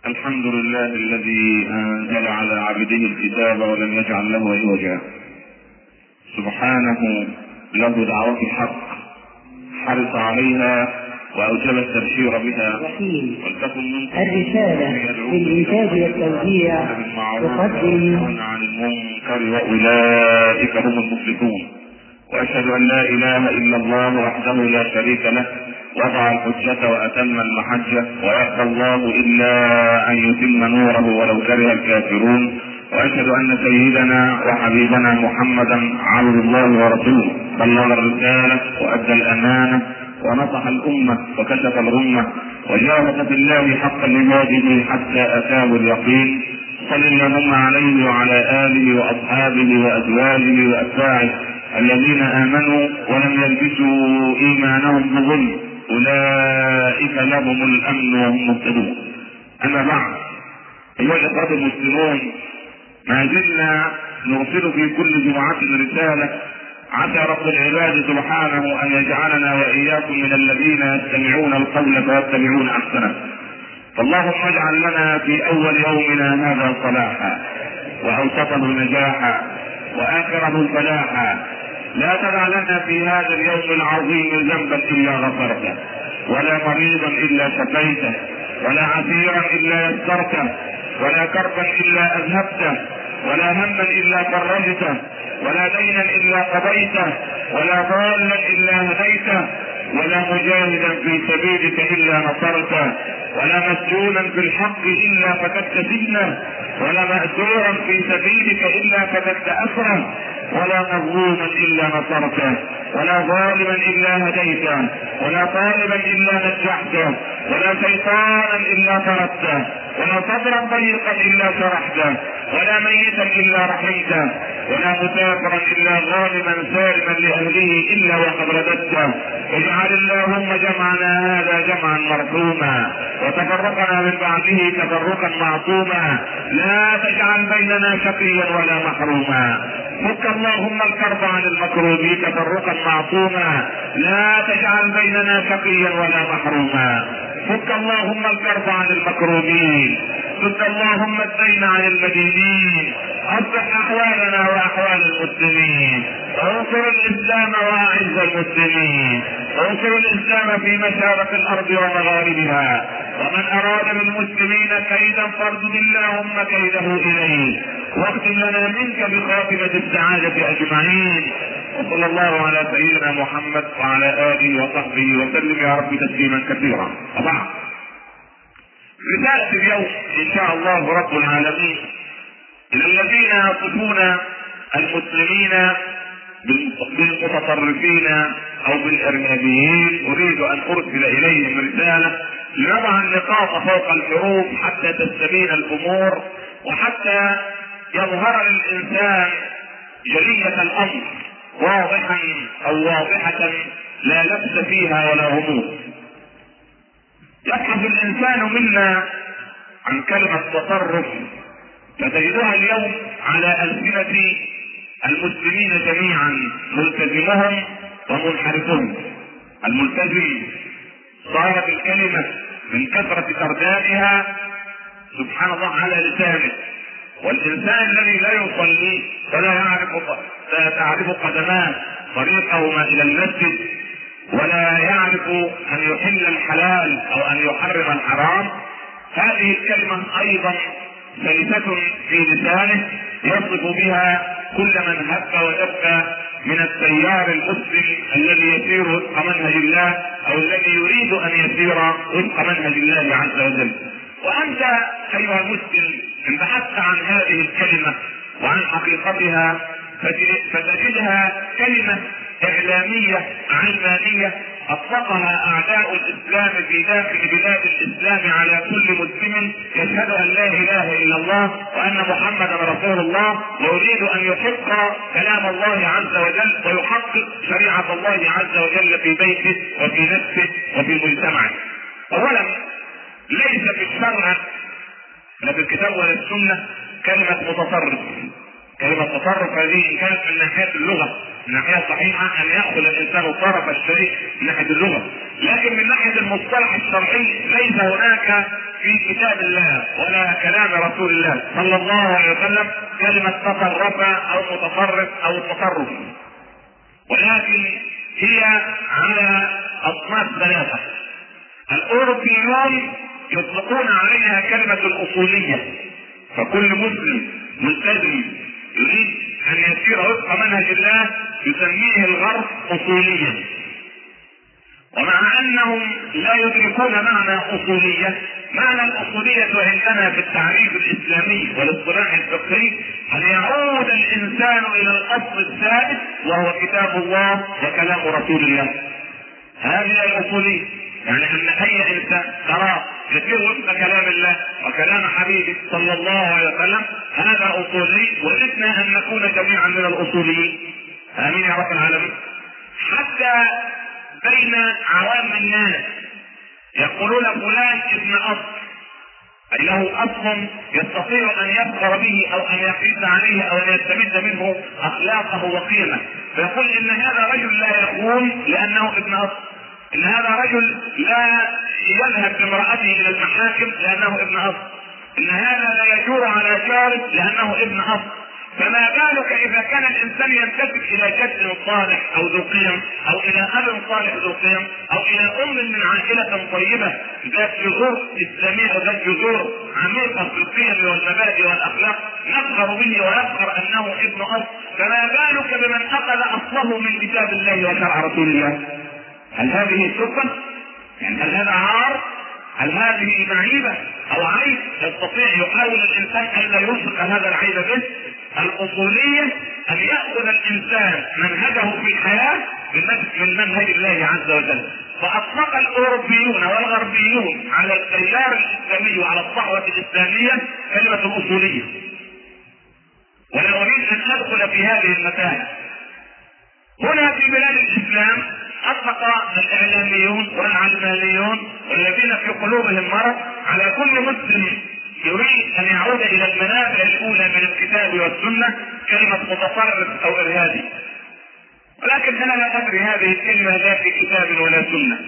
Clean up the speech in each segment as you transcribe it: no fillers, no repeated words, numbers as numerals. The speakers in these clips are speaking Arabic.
الحمد لله الذي أنزل على عبده الكتاب ولم يجعل له عوجا. سبحانه له دعوة الحق حرص عليها وأوجب التبشير بها. ولتكن منكم الرسالة للإنتاج والتوزيع تقدم عن المنكر وأولئك هم المفلحون. وأشهد أن لا إله إلا الله وحده لا شريك له وضع الحجة وأتم المحجة ويأبى الله إلا أن يتم نوره ولو كره الكافرون. وأشهد أن سيدنا وحبيبنا محمدا عبد الله ورسوله بلغ الرسالة وأدى الأمانة ونصح الأمة وكشف الغمة وجاهد في الله حق جهاده حتى أتاه اليقين. صل اللهم عليه وعلى آله وأصحابه وأزواجه وأتباعه الذين آمنوا ولم يلبسوا إيمانهم بظلم أولئك لهم الأمن وهم مهتدون. أما بعد، أيها الإخوة المسلمون، ما زلنا نرسل في كل جمعة رسالة عسى رب العباد سبحانه أن يجعلنا وإياكم من الذين يستمعون القول فيتبعون أحسنه. فاللهم اجعل لنا في أول يومنا هذا صلاحا وأوسطه نجاحا وآخره فلاحا. لا تدع لنا في هذا اليوم العظيم ذنبا إلا غفرته، ولا مريضا إلا شفيته، ولا عسيرا إلا يسرته، ولا كربا إلا أذهبته، ولا هما إلا فرجته، ولا دينا إلا قضيته، ولا ضالا إلا هديته، ولا مجاهدا في سبيلك إلا نصرته، ولا مسجونا في الحق إلا فكدت سجنه، ولا مأسورا في سبيلك إلا فكدت أسره، ولا مظلوما إلا نصرته، ولا ظالما إلا هديته، ولا طالبا إلا نجحته، ولا شيطانا إلا طردته، ولا صدرا ضيقا إلا شرحته، ولا ميتا إلا رحمته، ولا مسافرا إلا غانما سالما لأهله إلا وقد رددته. اجعل اللهم جمعنا هذا جمعا مرحوما وتفرقنا من بعده تفرقا معصوما. لا تجعل بيننا شقيا ولا محروما. فك اللهم الكرب عن المكروبين تفرقا معصوما. لا تجعل بيننا شقيا ولا محروما. فك اللهم الكرب عن المكروبين. فك اللهم الدين عن المدينين. اصلح احوالنا واحوال المسلمين. انصر الاسلام واعز المسلمين. انصر الاسلام في مشارق الارض ومغاربها. ومن اراد بالمسلمين كيدا فاردد اللهم كيده اليه. واختم لنا منك بخاتمة السعادة اجمعين. وصلى الله على سيدنا محمد وعلى اله وصحبه وسلم يا رب تسليما كثيرا. وبعد، رسالة اليوم ان شاء الله رب العالمين الى الذين يصفون المسلمين بالمتطرفين او بالارهابيين. اريد ان ارسل اليهم رسالة لنضع النقاط فوق الحروف حتى تستبين الامور وحتى يظهر للانسان جلية الامر واضحا او واضحة لا لبس فيها ولا غموض. يبحث الانسان منا عن كلمة تطرف فتجدها اليوم على ألسنة المسلمين جميعا، ملتزمهم ومنحرفهم. الملتزم صارت الكلمة من كثرة تردادها سبحان الله على لسانه، والإنسان الذي لا يصلي ولا تعرف قدماه طريقهما إلى المسجد ولا يعرف أن يحل الحلال أو أن يحرم الحرام، هذه الكلمة أيضا سلسة في لسانه يصف بها كل من هب ودب من التيار المسلم الذي يسير وفق منهج الله أو الذي يريد أن يسير وفق منهج الله عز وجل. وأنت أيها المسلم إن بحثت عن هذه الكلمة وعن حقيقتها فتجدها كلمة إعلامية علمانية أطلقها أعداء الإسلام في داخل بلاد الإسلام على كل مسلم يشهد أن لا إله إلا الله وأن محمدا رسول الله ويريد أن يحق كلام الله عز وجل ويحقق شريعة الله عز وجل في بيته وفي نفسه وفي مجتمعه. أولا، ليس في الشرع لا في الكتاب ولا السنة كلمة متطرف. كلمة تطرف هذه إن كانت من ناحية اللغة من ناحية صحيحة أن يأخذ الإنسان الطرف الشريك من ناحية اللغة، لكن من ناحية المصطلح الشرعي ليس هناك في كتاب الله ولا كلام رسول الله صلى الله عليه وسلم كلمة تطرف أو متطرف أو التطرف، ولكن هي على أصناف ثلاثة. الأوروبيون يطلقون عليها كلمة الأصولية، فكل مسلم ملتزم يريد أن يسير وفق منهج الله يسميه الغرب أصوليا، ومع أنهم لا يدركون معنى أصولية. معنى الأصولية عندنا في التعريف الإسلامي والاصطلاح الفقهي أن يعود الإنسان إلى الأصل الثابت وهو كتاب الله وكلام رسول الله. هذه الأصولية، يعني أن أي إنسان ترى يسير وفق كلام الله وكلام حبيبه صلى الله عليه وسلم هذا أصولي، ولدنا أن نكون جميعا من الأصوليين. آمين يا رب العالمين. حتى بين عوام الناس يقولون فلان ابن أصل، أي له أصل يستطيع أن يفخر به أو أن يقيس عليه أو أن يستمد منه أخلاقه وقيمه، فيقول إن هذا رجل لا يقوم لأنه ابن أصل، إن هذا رجل لا يذهب بامرأته إلى المحاكم لأنه ابن أصل، إن هذا لا يجور على شارب لأنه ابن أصل. فما بالك إذا كان الإنسان ينتسب إلى جد صالح أو ذو قيم، أو إلى أب صالح ذو قيم، أو إلى أم من عائلة طيبة ذات جذور إسلامية أو ذات جذور عميقة في القيم والمبادئ والأخلاق نفخر به ويفخر أنه ابن أصل، فما بالك بمن أخذ أصله من كتاب الله وشرع رسول الله؟ هل هذه سلطة؟ يعني هل هذا عار؟ هل هذه معيبة أو عيب يستطيع يحاول الإنسان أن لا يلصق هذا العيب به؟ الأصولية أن يأخذ الإنسان منهجه في الحياة من منهج الله عز وجل. فأطلق الأوروبيون والغربيون على التيار الإسلامي وعلى الصحوة الإسلامية كلمة الأصولية، ولا أريد أن أدخل في هذه المتاهة. هنا في بلاد الإسلام أطلق الإعلاميون والعلمانيون والذين في قلوبهم مرض على كل مسلم يريد أن يعود إلى المنابع الأولى من الكتاب والسنة كلمة متطرف أو إرهابي، ولكن أنا لا أدري هذه الكلمة لا في كتاب ولا سنة.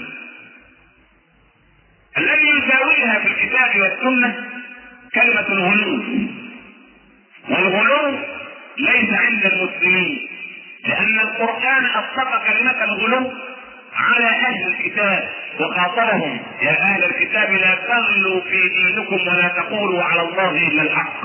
الذي يساويها في الكتاب والسنة كلمة الغلو، والغلو ليس عند المسلمين، لأن القرآن أطلق كلمة الغلو على أهل الكتاب وخاطبهم: يا أهل الكتاب لا تغلوا في دينكم ولا تقولوا على الله إلا الحق.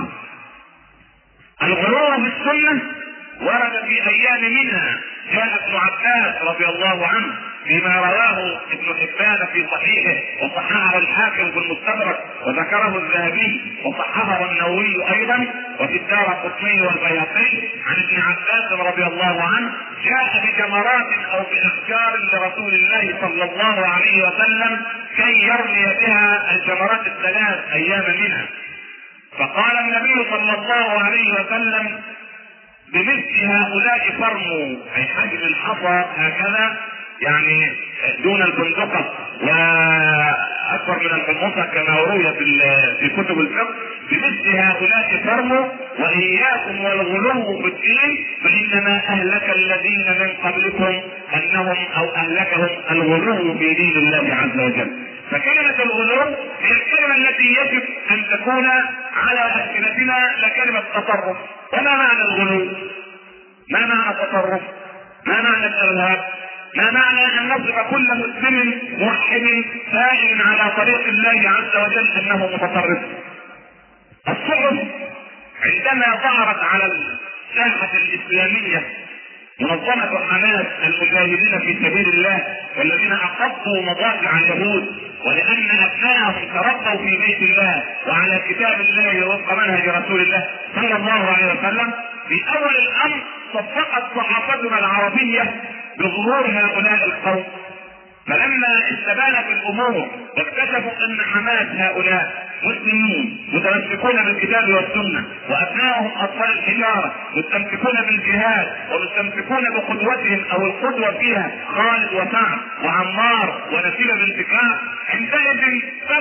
الغلو في السنة ورد في أيام منها. جاء ابن عباس رضي الله عنه فيما رواه ابن حبان في صحيحه وصححه الحاكم في المستدرك وذكره الذهبي وصححه النووي أيضا، وفي الدارقطني والبيهقي عن ابن عباس رضي الله عنه: جاء بجمرات أو بأحجار لرسول الله صلى الله عليه وسلم كي يرمي بها الجمرات الثلاث أيام منها، فقال النبي صلى الله عليه وسلم: بمثل هؤلاء فرموا، أي حجم الحصى هكذا، يعني دون البندقة وأكبر من الحمصة كما روي في كتب الفقه. بمثل هؤلاء فرموا وإياكم والغلو في الدين فإنما أهلك الذين من قبلكم أنهم أو أهلكهم الغلو في دين الله عز وجل. فكلمة الغلو هي الكلمة التي يجب أن تكون على ألسنتنا لكلمة تطرف. وما معنى الغلو؟ ما معنى التطرف؟ ما معنى الإرهاب؟ ما معنى أن نصف كل مسلم موحد سائر على طريق الله عز وجل أنه متطرف؟ الصحف عندما ظهرت على الساحة الإسلامية منظمة حماس المجاهدين في سبيل الله والذين أقضوا مضاجع اليهود، ولأن أبنائهم تربوا في بيت الله وعلى كتاب الله وفق منهج رسول الله صلى الله عليه وسلم، في أول الأمر صفقت صحافتنا العربية بظهور هؤلاء القوم. فلما استبانت الأمور واكتشفوا أن حماس هؤلاء مسلمين متمسكون بالكتاب والسنة وأبنائهم أطفال الحجارة مستمسكون بالجهاد ومستمسكون بقدوتهم أو القدوة فيها خالد وسعد وعمار ونسيب بنت كعب، عندئذ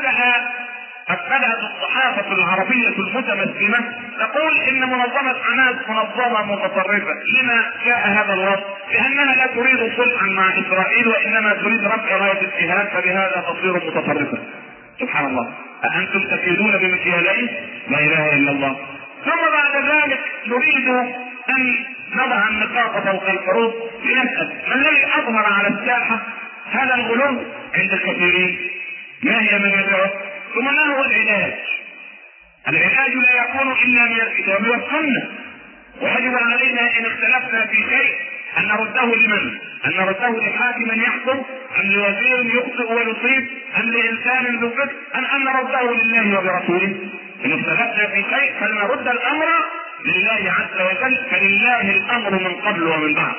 بدأت الصحافة العربية المتمسكة تقول إن منظمة حماس منظمة متطرفة. لما جاء هذا الوصف؟ لأنها لا تريد صلحا مع إسرائيل وإنما تريد رفع راية الجهاد، فبهذا تصير متطرفة. سبحان الله. أأنتم تكيدون بمكيالين؟ لا إله إلا الله. ثم بعد ذلك نريد أن نضع النقاط فوق الحروف لنسأل ما الذي أظهر على الساحة هذا الغلو عند الكثيرين؟ ما هي من يدعو؟ ثم ما هو العلاج؟ العلاج لا يكون إلا من الكتاب والسنة، ويجب علينا إن اختلفنا في شيء أن نرده لمن؟ أن نرده لحاكم يحكم، أم لوزير يخطئ ويصيب، أم لإنسان ذو فكر، أن نرده لله وبرسوله؟ إن اختلفنا في شيء فلنرد الأمر لله عز وجل، فلله الأمر من قبل ومن بعد.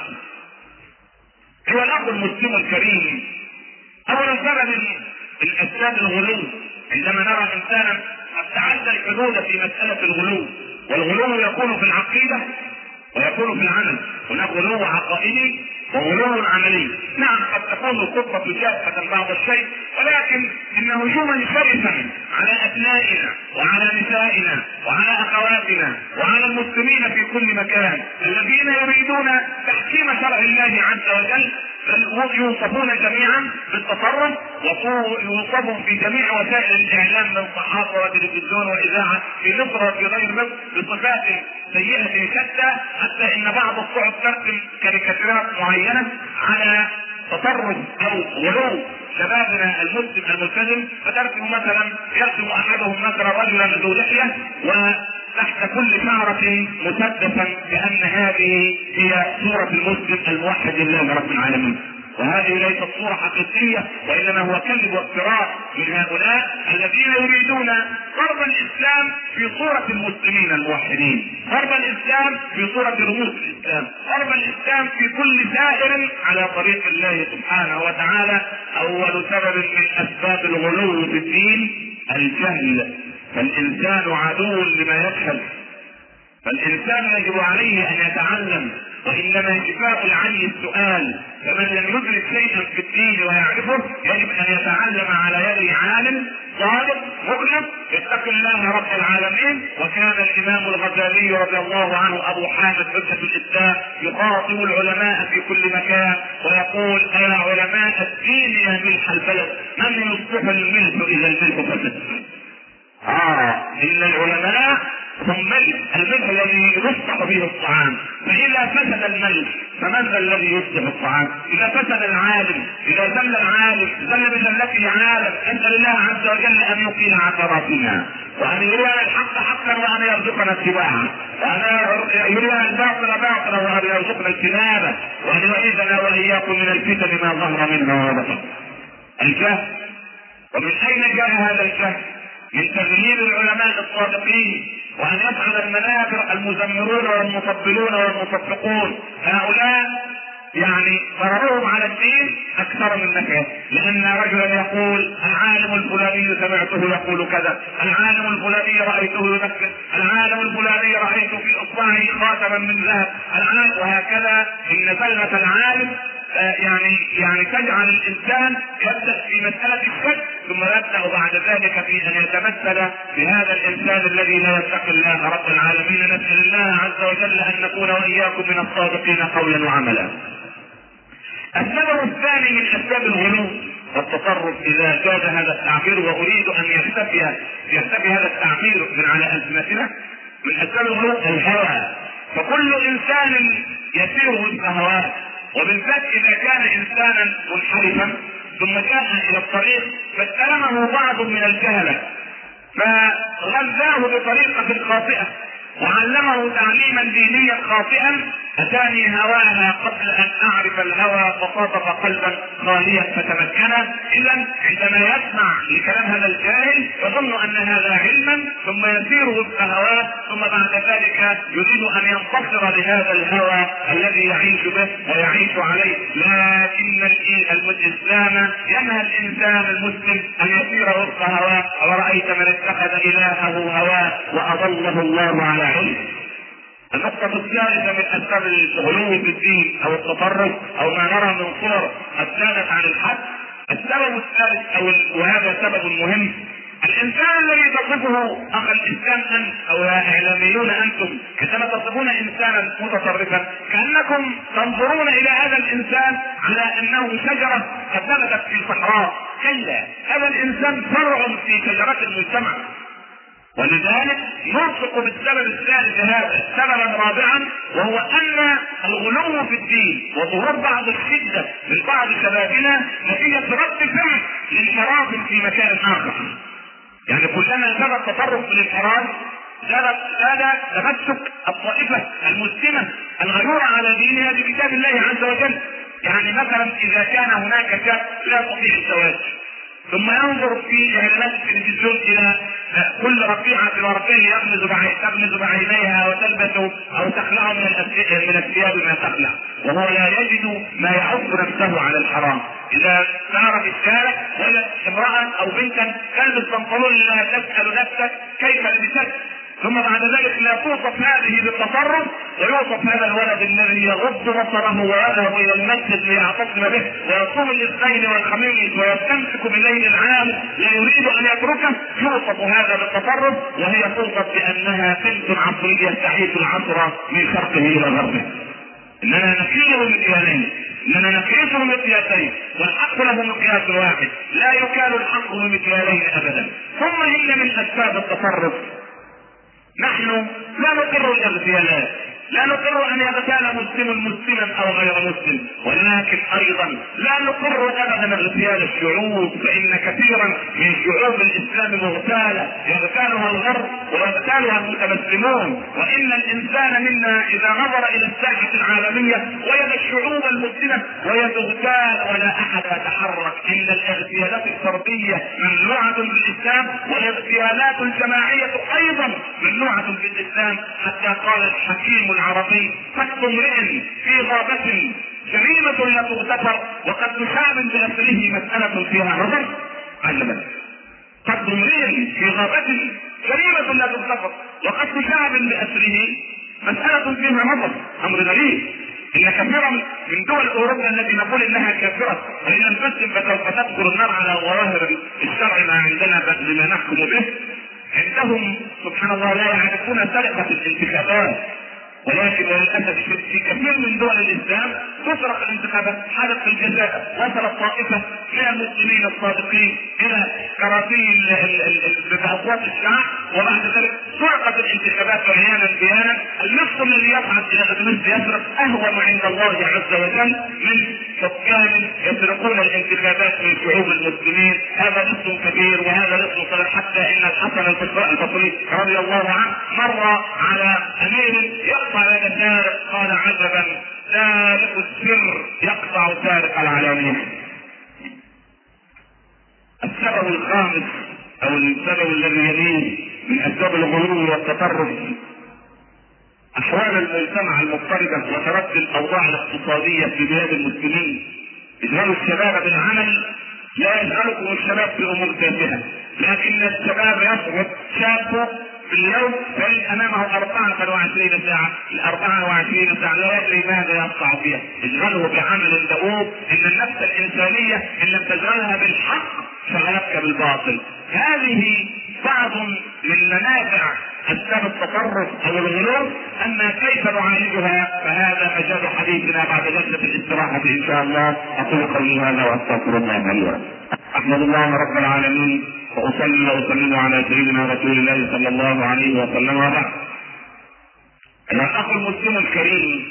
هو الأخ المسلم الكريم، أولا سبب من أسباب الغلو عندما نرى إنسانا قد تعدى الحدود في مسألة الغلو، والغلو يكون في العقيدة ويكون في العمل. هناك غلو عقائدي وغلو عملي. نعم قد تكون الخطة جافة بعض الشيء، ولكن إن هجوما شرسا على أبنائنا وعلى نسائنا وعلى أخواتنا وعلى المسلمين في كل مكان الذين يريدون تحكيم شرع الله عز وجل، يوصفون جميعا بالتطرف، ويوصفون في جميع وسائل الإعلام من صحافة وتلفزيون وإذاعة في مصر وفي غير مصر بصفات سيئة شتى، حتى إن بعض الصحف ترسم كاريكاتيرات معينة على تطرف أو غلو شبابنا المسلم الملتزم، فترسم مثلا يرسم أحدهم مثلا رجلا ذو لحية وتحت كل شعرة مسدسا كأن هذه هي صورة المسلم الموحد لله رب العالمين. وهذه ليست صورة حقيقية، وإنما هو كذب وافتراء من هؤلاء الذين يريدون ضرب الإسلام في صورة المسلمين الموحدين، ضرب الإسلام في صورة رموز الإسلام، ضرب الإسلام في كل سائر على طريق الله سبحانه وتعالى. أول سبب من أسباب الغلو في الدين الجهل، فالإنسان عدو لما يجهل، فالإنسان يجب عليه أن يتعلم، وإنما شفاء العي السؤال. فمن لم يدرك شيئا في الدين ويعرفه يجب أن يتعلم على يد عالم صادق مخلص يتقي الله رب العالمين. وكان الإمام الغزالي رضي الله عنه أبو حامد حجة الإسلام يخاطب العلماء في كل مكان ويقول: يا علماء الدين يا ملح البلد، من يصلح الملح إذا الملح فسد؟ إن العلماء هم الملح الذي يصلح به الطعام، فإذا فسد الملح فمن ذا الذي يصلح الطعام؟ إذا فسد العالم، إذا زل العالم زل بزلته عالم. أسأل الله عز وجل أن يقيل عثراتنا، وأن يرينا الحق حقا وأن يرزقنا اتباعه، وأن يرينا الباطل باطلا وأن يرزقنا اجتنابه، وأن يعيذنا وإياكم من الفتن ما ظهر منها وبطن. الجهل. ومن أين جاء هذا الجهل؟ من تغيير العلماء الصادقين، وأن يفعل المنابر المزمرون والمطبلون والمصفقون. هؤلاء يعني ضررهم على الدين أكثر من نفعه، لأن رجلا يقول: العالم الفلاني سمعته يقول كذا، العالم الفلاني رأيته يذكر، العالم الفلاني رأيته في إصبعه خاتما من ذهب، وهكذا. إن زلة العالم يعني تجعل الإنسان يبدأ في مسألة الشك، ثم يبدأ بعد ذلك في أن يتمثل بهذا الإنسان الذي لا يتقي الله رب العالمين. نسأل الله عز وجل أن نكون وإياكم من الصادقين قولا وعملا. السبب الثاني من أسباب الغلو والتطرف، إذا جاز هذا التعبير وأريد أن يختفي هذا التعبير من على ألسنتنا، من أسباب الغلو الهوى. فكل إنسان يسير وفق هواه، وبالذات إذا كان إنسانا منحرفا ثم جاء إلى الطريق فاتهمه بعض من الجهلة فغذاه بطريقة خاطئة وعلمه تعليما دينيا خاطئا. أتاني هواها قبل أن أعرف الهوى فصادف قلبا خاليا فتمكنا. إذا عندما يسمع لكلام هذا الجاهل يظن أن هذا علما، ثم يسير وفق هواه، ثم بعد ذلك يريد أن ينتصر لهذا الهوى الذي يعيش به ويعيش عليه. لكن الإسلام ينهى الإنسان المسلم أن يسير وفق هواه. ورأيت من اتخذ إلهه هواه وأضله الله على علم. النقطة الثالثة من أسباب الغلو في الدين أو التطرف أو ما نرى من صور قد كانت عن الحد، السبب الثالث وهذا سبب مهم: الإنسان الذي تصفه تصفه اخ الاسلام انت او يا اعلاميون انتم عندما تصفون انسانا متطرفا كانكم تنظرون الى هذا الانسان على انه شجره قد نبتت في صحراء. كلا، هذا الانسان فرع في شجره المجتمع. ولذلك نرفق بالسبب الثالث هذا سببا رابعا، وهو ان الغلو في الدين وظهور بعض الشده من بعض شبابنا نتيجه رد فعل لانحراف في مكان اخر. يعني كلما زاد التطرف في الانحراف زاد تمسك الطائفه المسلمه الغيورة على دينها بكتاب الله عز وجل. يعني مثلا اذا كان هناك شاب لا يستطيع الزواج ثم ينظر في اعلانات التلفزيون الى كل رقيعه ورقيه تغمز بعينيها وتلبس او تخلع من الثياب ما تخلع، وهو لا يجد ما يعف نفسه على الحرام. اذا سار في الشارع وجد امراه او بنتا تلبس بنطلون لا تسال نفسك كيف لبست، ثم بعد ذلك لا توصف هذه بالتصرف ويوصف هذا الولد الذي يغض بصره ويذهب الى المسجد ليعتصم به ويصوم الاثنين والخميس ويستمسك بالليل العام لا يريد ان يتركه، يوصف هذا بالتصرف وهي توصف بانها بنت عصريه تعيش العصر من شرقه الى غربه. اننا نكيل مكيالين، اننا نقيس بمكيالين، والحق له مقياس واحد، لا يكال الحق بمكيالين ابدا. ثم هي من اسباب التصرف. نحن لا نقر الاغتيالات، لا نقر ان يغتال مسلم مسلما او غير مسلم، ولكن ايضا لا نقر ابدا اغتيال الشعوب، فان كثيرا من شعوب الاسلام مغتاله يغتالها الغرب ويغتالها المتمسلمون. وان الانسان منا اذا نظر الى الساحه العالميه وجد الشعوب المسلمه ويتغتال ولا احد يتحرك. ان الاغتيالات الفرديه ممنوعه بالاسلام، والاغتيالات الجماعيه ايضا ممنوعه بالاسلام، حتى قال الحكيم العربي: قتل امرئ في غابة جريمة لا تغتفر، وقد تشاب بأسره مسألة فيها نظر. عجبا، قتل امرئ في غابة جريمة لا تغتفر وقد تشاب بأسره مسألة فيها نظر. أمر غريب. إن كثيرا من دول أوروبا التي نقول إنها كافرة وإن لم تسلم فسوف تذكر النار على ظواهر الشرع ما عندنا بما نحكم به، عندهم سبحان الله لا يعرفون سرقة الانتخابات، ولكن للاسف في كثير من دول الاسلام تسرق الانتخابات. حدث في الجزائر، وصلت طائفه من المسلمين الصادقين الى كراسي باصوات الشعب، وبعد ذلك سرقت الانتخابات عيانا بيانا. النص الذي يصعد الى الغمز يسرق اهون عند الله عز وجل من حكام يسرقون الانتخابات من شعوب المسلمين. هذا نص كبير وهذا نص صغير، حتى ان الحسن البصري رضي الله عنه مر على امير يقطع هذا سارق، قال: عجبا، سارق السر يقطع سارق العلانية. السبب الخامس او السبب الذي يليه من اسباب الغلو والتطرف احوال المجتمع المضطربه وتردي الاوضاع الاقتصاديه في بلاد المسلمين. اشغال الشباب بالعمل لا يشغلكم الشباب في امور تافهه، لكن الشباب يشغل شابه في اليوم وإن أمامه 24 ساعة، ال 24 ساعة لا يدري ماذا يقطع فيها. اشغله بعمل دؤوب. إن النفس الإنسانية إن لم تشغلها بالحق شغلتك بالباطل. هذه بعض من منافع أسباب التطرف أو الغلو. أما كيف نعالجها فهذا مجال حديثنا بعد جلسة الاستراحة إن شاء الله. أقول قولي هذا وأستغفر الله لي ولكم. أحمد الله رب العالمين وأصلي وأسلم على سيدنا رسول الله صلى الله عليه وسلم. وبعد، أيها الأخ المسلم الكريم،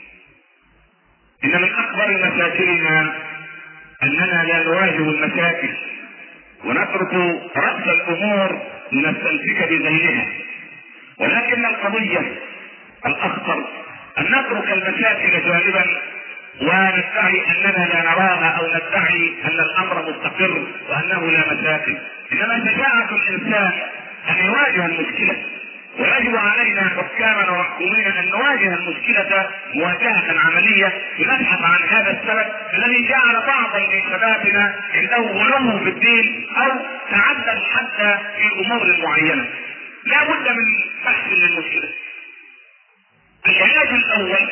إن من أكبر مشاكلنا أننا لا نواجه المشاكل ونترك رأس الأمور لنستمسك بذيلها، ولكن القضية الأخطر أن نترك المشاكل جانبا وندعي أننا لا نراها أو ندعي أن الأمر مستقر وأنه لا مشاكل. إنما شجاعة الإنسان أن يواجه المشكلة، ويجب علينا حكاما ومحكومين أن نواجه المشكلة مواجهة عملية لنبحث عن هذا السبب الذي جعل بعضا من شبابنا عنده غلو في الدين أو تعدى حتى في أمور معينة. لا بد من بحث للمشكلة. العلاج الأول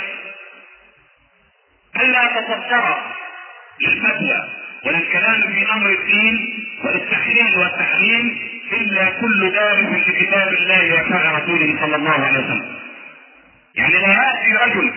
ألا تتصدر للفتوى وللكلام في أمر الدين وللتحليل والتحريم الا كل دارس لكتاب الله وشرع رسوله صلى الله عليه وسلم. يعني لا ياتي رجل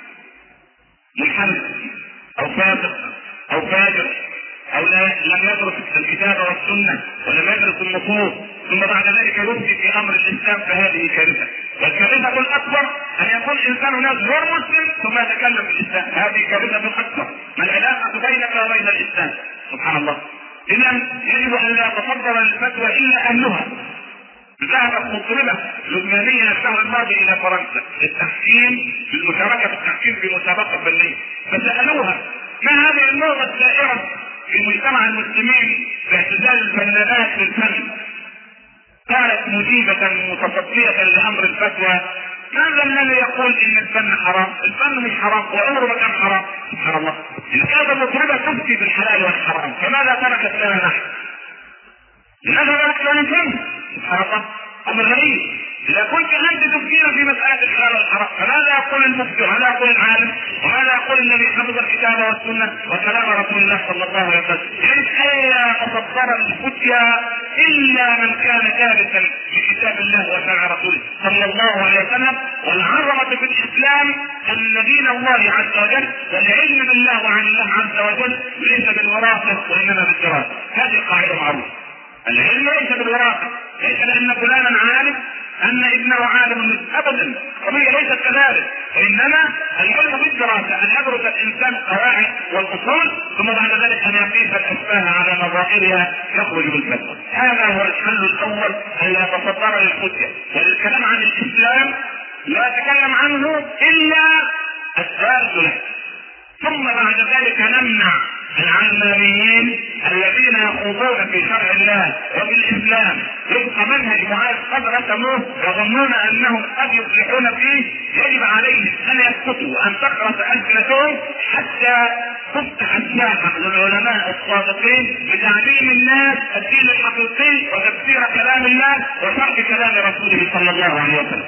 منحرف او فاسق او فاجر او لم يدرس الكتاب والسنه ولم يدرس النصوص ثم بعد ذلك يفتي في امر الاسلام، فهذه كارثه. والكارثه الاكبر ان يكون الانسان ناس غير مسلم ثم يتكلم في الاسلام، هذه كارثه اكبر. ما العلاقه بينك وبين الاسلام؟ سبحان الله. اذا يجب ان لا يتصدر الفتوى الا اهلها. ذهبت مطربه لبنانيه الشهر الماضي الى فرنسا للتحكيم، بالمشاركه في التحكيم في مسابقه فنيه، فسالوها ما هذه النوبه الدائره في مجتمع المسلمين باعتزال الفنانات للفن؟ قالت مجيبة متصدية لأمر الفتوى: من الذي يقول إن الفن حرام؟ الفن مش حرام وعمره ما كان حرام. سبحان الله. إذا كانت المطربة تفتي بالحلال والحرام فماذا تركت لنا نحن؟ لماذا تركت لنا الفن؟ سبحان الله. أمر غريب. إذا كنت أنت تفتينا في مسألة الحلال والحرام فماذا يقول المفتي وماذا يقول العالم وماذا يقول الذي حفظ الكتاب والسنة وكلام رسول الله صلى الله عليه وسلم؟ ليس ألا تصدر الفتيا إلا من كان دارسا لكتاب الله وشرع رسوله صلى الله عليه وسلم. والعظمة في الإسلام أن دين الله عز وجل والعلم بالله وعن الله عز وجل ليس بالوراثة وإنما بالدراسة. هذه القاعدة معروفة. العلم ليس بالوراثة، ليس لأن فلانا عالم أن ابنه عالم أبدا، القضية ليست كذلك، وإنما العلم بالدراسة، أن يدرس الإنسان القواعد والأصول ثم بعد ذلك أن يقيس الأشباه على نظائرها يخرج بالفتوى. هذا هو الحل الأول، أن لا يتصدر للفتية. والكلام عن الإسلام لا يتكلم عنه إلا الدارس له، ثم بعد ذلك نمنع العلمانيين الذين يخوضون في شرع الله وفي الاسلام وفق منهج معاذ قد رسموه يظنون انهم قد يصلحون فيه. يجب عليهم ان يسكتوا وان تخرس السنتهم حتى تفتح الساحه للعلماء الصادقين لتعليم الناس الدين الحقيقي وتفسير كلام الله وشرح كلام رسوله صلى الله عليه وسلم.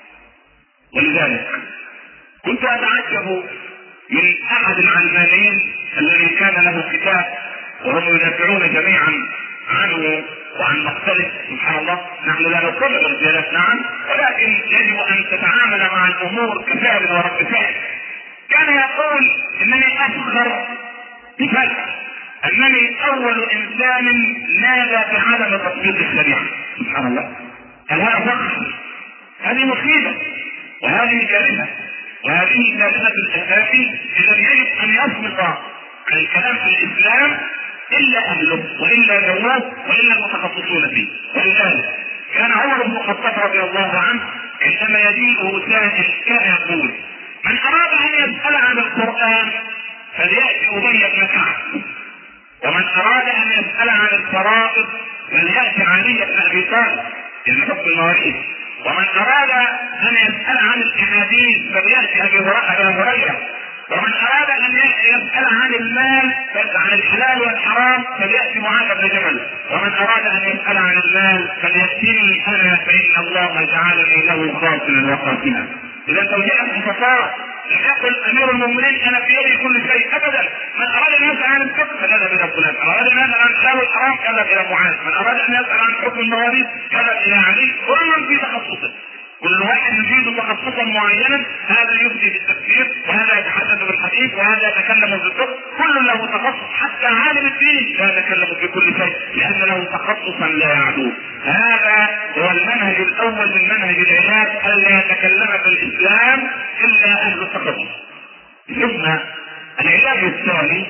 ولذلك كنت اتعجب من احد العلمانيين الذي كان له كتاب وهم يدافعون جميعا عنه وعن مقتله. سبحان الله. نحن لا نقرر الزيادات نعم، ولكن يجب ان تتعامل مع الامور كفعل ورد فعل. كان يقول انني افخر بفعل انني اول انسان نادى بعدم تطبيق الشريعه. سبحان الله. هل هذا فخر؟ هذه مصيبه وهذه كارثه وهذه كارثه الاساسي. اذا يجب ان يصمت عن الكلام في الاسلام الا اهله والا جواه والا المتخصصون فيه. ولذلك كان عمر بن الخطاب رضي الله عنه عندما يجيءه سائل كان يقول: من اراد ان يسال عن القران فلياتي ابي بن كعب، ومن اراد ان يسال عن الفرائض فلياتي علي بن ابي طالب يعني حكم المواريث، ومن اراد ان يسال عن الاحاديث فلياتي ابي هريره، ومن اراد ان يسال عن المال عن الحلال والحرام فلياتي معاذ بن جبل، ومن اراد ان يسال عن المال فلياتيني انا فان الله جعلني له خاصما وقاسما. اذا توجيه الحفاظ يقول امير المؤمنين انا في يدي كل شيء ابدا. من اراد ان يسال عن الفقه فذهب الى فلان، من اراد ان يسال عن الحلال والحرام فذهب الى معاذ، من اراد ان يسال عن حكم المواريث فذهب الى علي. كل في تخصصه، كل واحد يجيد تخصصا معينا، هذا يفتي بالتفسير وهذا يتحدث بالحديث وهذا يتكلم بالفقه، كل له تخصص. حتى عالم الدين لا يتكلم في كل شيء لان له تخصصا لا يعدوه. هذا هو المنهج الاول من منهج العلاج، الا يتكلم في الاسلام الا اهل التخصص. ثم العلاج الثاني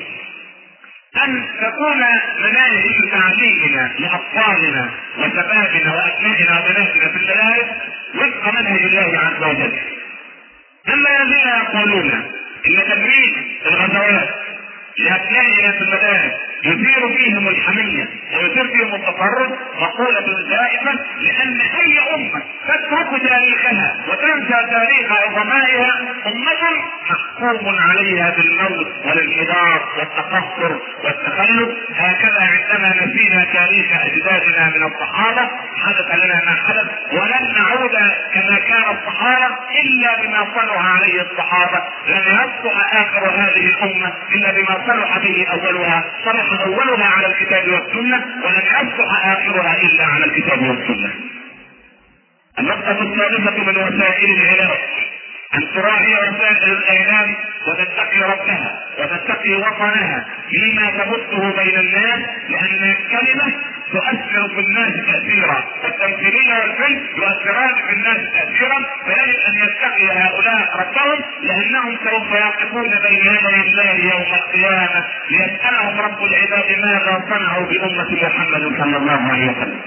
أن تكون مناهج تعليمنا لأطفالنا وشبابنا وأبنائنا وبناتنا في المدارس وفق منهج الله عز وجل. أما الذين يقولون إن تدريس الغزوات لأبنائنا في المدارس يثير فيهم الحمية ويثير فيهم التفرد مقولة زائفة، لأن أي أمة تترك تاريخها وتنسى تاريخ عظمائها أمة محكوم عليها بالموت والانحدار والتقصر والتخلف. هكذا عندما نسينا تاريخ أجدادنا من الصحابة حدث لنا ما حدث، ولن نعود كما كان الصحابة قال الا بما صلح عليه الصحابه لن يصلح اخر هذه الامه الا بما صلح به اولها، صلح اولها على الكتاب والسنه ولن يصلح اخرها الا على الكتاب والسنه. النقطه الثالثه من وسائل العلاج ان تراعي وسائل الاعلام وتتقي ربها وتتقي وطنها فيما تبثه بين الناس، لان الكلمه تؤثر في الناس تاثيرا، والتمثيليه والفيلم يؤثران في الناس تاثيرا، فيجب ان يتقي هؤلاء ربهم لانهم سوف يقفون بين يدي الله يوم القيامه ليسالهم رب العباد ماذا صنعوا بامه محمد صلى الله عليه وسلم.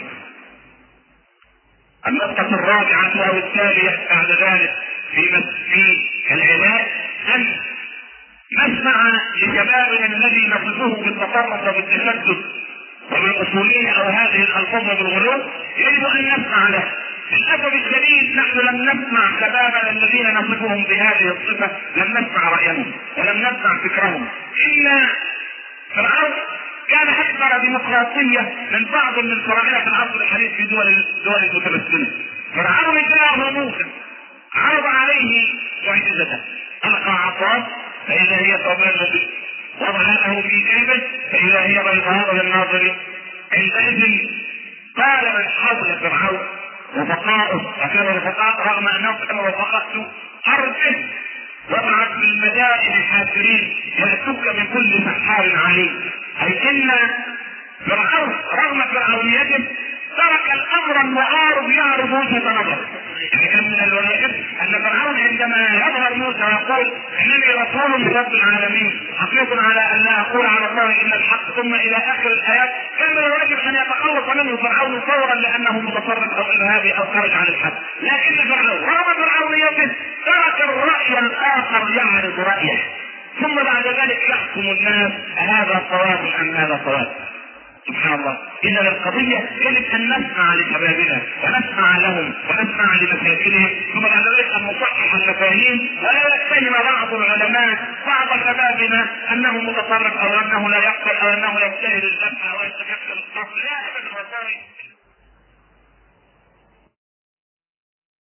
النقطه الرابعه او التاليه بعد ذلك في العلاج ان نسمع لشبابنا الذي نصفه بالتطرف وبالتشدد وبالاصوليه او هذه الالفاظ بالغلو، يجب ان نسمع له. للاسف الشديد نحن لم نسمع شبابنا الذين نصفهم بهذه الصفه، لم نسمع رايهم ولم نسمع فكرهم. ان فرعون كان اكثر ديمقراطيه من بعض من الفراعنه في العصر الحديث في دول المتمثله. فرعون جاءه موسى عرض عليه معجزته، القى عصاه فاذا هي ثعبان مبين، وضع له في جيبه فاذا هي بيضاء للناظرين. عندئذ قال من حول فرعون رفقاؤه وكان رفقاء رغم انهم كانوا رفقاء ارجه وضعت في المدائن حافرين ياتوك بكل سحار عليم. اي ان فرعون رغم فرعونيته ترك الامر المعارض يعرض وجهه نظر. يعني كان من الواجب ان فرعون عندما يظهر موسى ويقول انني رسول من رب العالمين حقيق على ان لا اقول على الله الا الحق ثم الى اخر الايات، كان من الواجب ان يتخلص منه فرعون فورا لانه متطرف او ارهابي او خارج عن الحق. لكن فرعون رغم فرعونيته ترك الراي الاخر يعرض رايه، ثم بعد ذلك يحكم الناس هذا صواب ام هذا صواب. سبحان الله. إذا القضية يجب أن نسمع لشبابنا ونسمع لهم ونسمع لمشاكلهم، ثم بعد ذلك أن نصحح المفاهيم، ولا يتهم بعض العلماء بعض شبابنا أنه متطرف أو أنه لا يقبل أو أنه يجتهد الذبح أو يتكفل القتل. لا أبدا والله.